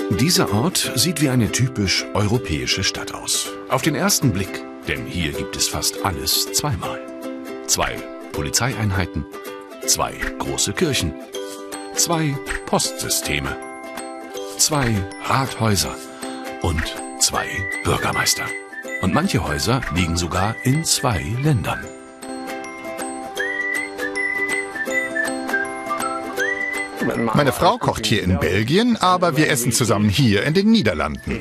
Dieser Ort sieht wie eine typisch europäische Stadt aus. Auf den ersten Blick, denn hier gibt es fast alles zweimal. 2 Polizeieinheiten, 2 große Kirchen, 2 Postsysteme, 2 Rathäuser und 2 Bürgermeister. Und manche Häuser liegen sogar in 2 Ländern. Meine Frau kocht hier in Belgien, aber wir essen zusammen hier in den Niederlanden.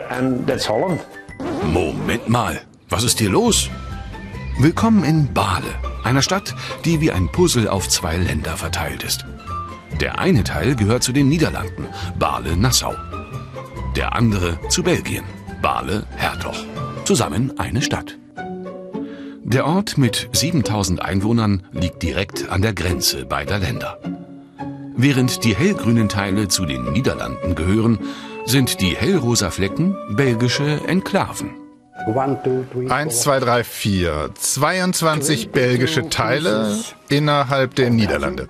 Moment mal, was ist hier los? Willkommen in Baale, einer Stadt, die wie ein Puzzle auf 2 Länder verteilt ist. Der eine Teil gehört zu den Niederlanden, Baale-Nassau. Der andere zu Belgien, Baale-Hertog. Zusammen eine Stadt. Der Ort mit 7000 Einwohnern liegt direkt an der Grenze beider Länder. Während die hellgrünen Teile zu den Niederlanden gehören, sind die hellrosa Flecken belgische Enklaven. 1, 2, 3, 4. 22 belgische Teile innerhalb der Niederlande.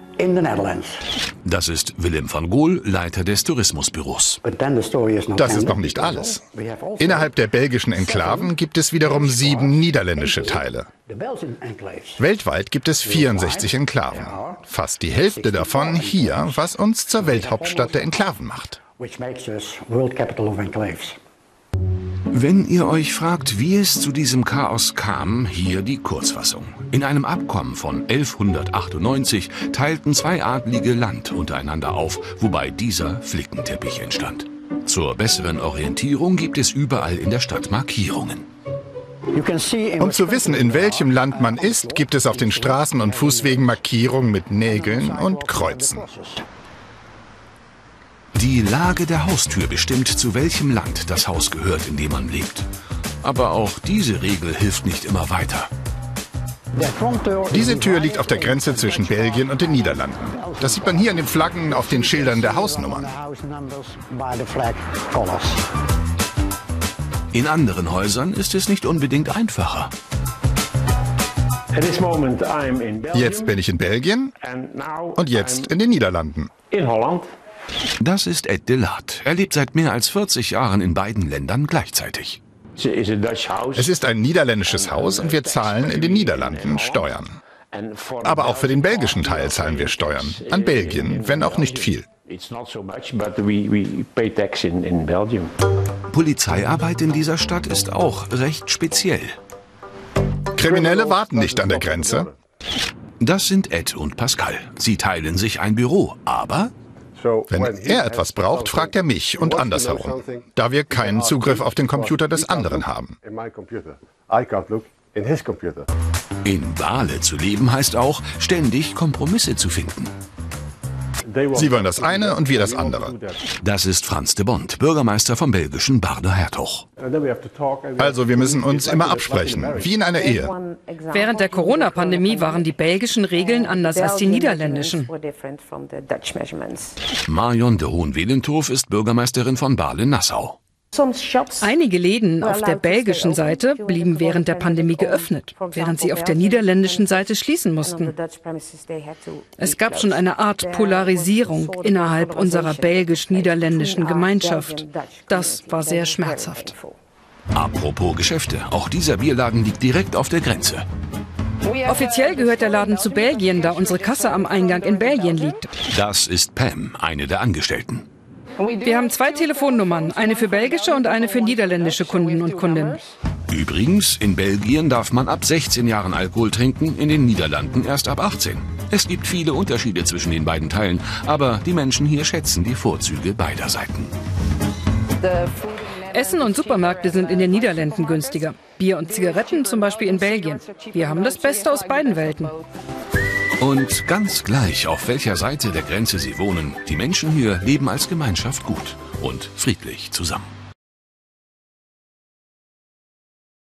Das ist Willem van Gool, Leiter des Tourismusbüros. Das ist noch nicht alles. Innerhalb der belgischen Enklaven gibt es wiederum 7 niederländische Teile. Weltweit gibt es 64 Enklaven. Fast die Hälfte davon hier, was uns zur Welthauptstadt der Enklaven macht. Wenn ihr euch fragt, wie es zu diesem Chaos kam, hier die Kurzfassung. In einem Abkommen von 1198 teilten 2 Adlige Land untereinander auf, wobei dieser Flickenteppich entstand. Zur besseren Orientierung gibt es überall in der Stadt Markierungen. Um zu wissen, in welchem Land man ist, gibt es auf den Straßen und Fußwegen Markierungen mit Nägeln und Kreuzen. Die Lage der Haustür bestimmt, zu welchem Land das Haus gehört, in dem man lebt. Aber auch diese Regel hilft nicht immer weiter. Diese Tür liegt auf der Grenze zwischen Belgien und den Niederlanden. Das sieht man hier an den Flaggen auf den Schildern der Hausnummern. In anderen Häusern ist es nicht unbedingt einfacher. Jetzt bin ich in Belgien und jetzt in den Niederlanden. Das ist Ed de Laat. Er lebt seit mehr als 40 Jahren in beiden Ländern gleichzeitig. Es ist ein niederländisches Haus und wir zahlen in den Niederlanden Steuern. Aber auch für den belgischen Teil zahlen wir Steuern. An Belgien, wenn auch nicht viel. Polizeiarbeit in dieser Stadt ist auch recht speziell. Kriminelle warten nicht an der Grenze. Das sind Ed und Pascal. Sie teilen sich ein Büro, aber wenn er etwas braucht, fragt er mich und andersherum, da wir keinen Zugriff auf den Computer des anderen haben. In Baale zu leben heißt auch, ständig Kompromisse zu finden. Sie wollen das eine und wir das andere. Das ist Frans de Bont, Bürgermeister vom belgischen Baarle-Hertog. Also wir müssen uns immer absprechen, wie in einer Ehe. Während der Corona-Pandemie waren die belgischen Regeln anders als die niederländischen. Marion de Hohenwelenthof ist Bürgermeisterin von Baale-Nassau. Einige Läden auf der belgischen Seite blieben während der Pandemie geöffnet, während sie auf der niederländischen Seite schließen mussten. Es gab schon eine Art Polarisierung innerhalb unserer belgisch-niederländischen Gemeinschaft. Das war sehr schmerzhaft. Apropos Geschäfte, auch dieser Bierladen liegt direkt auf der Grenze. Offiziell gehört der Laden zu Belgien, da unsere Kasse am Eingang in Belgien liegt. Das ist Pam, eine der Angestellten. Wir haben 2 Telefonnummern, eine für belgische und eine für niederländische Kunden und Kundinnen. Übrigens, in Belgien darf man ab 16 Jahren Alkohol trinken, in den Niederlanden erst ab 18. Es gibt viele Unterschiede zwischen den beiden Teilen, aber die Menschen hier schätzen die Vorzüge beider Seiten. Essen und Supermärkte sind in den Niederlanden günstiger. Bier und Zigaretten zum Beispiel in Belgien. Wir haben das Beste aus beiden Welten. Und ganz gleich, auf welcher Seite der Grenze sie wohnen, die Menschen hier leben als Gemeinschaft gut und friedlich zusammen.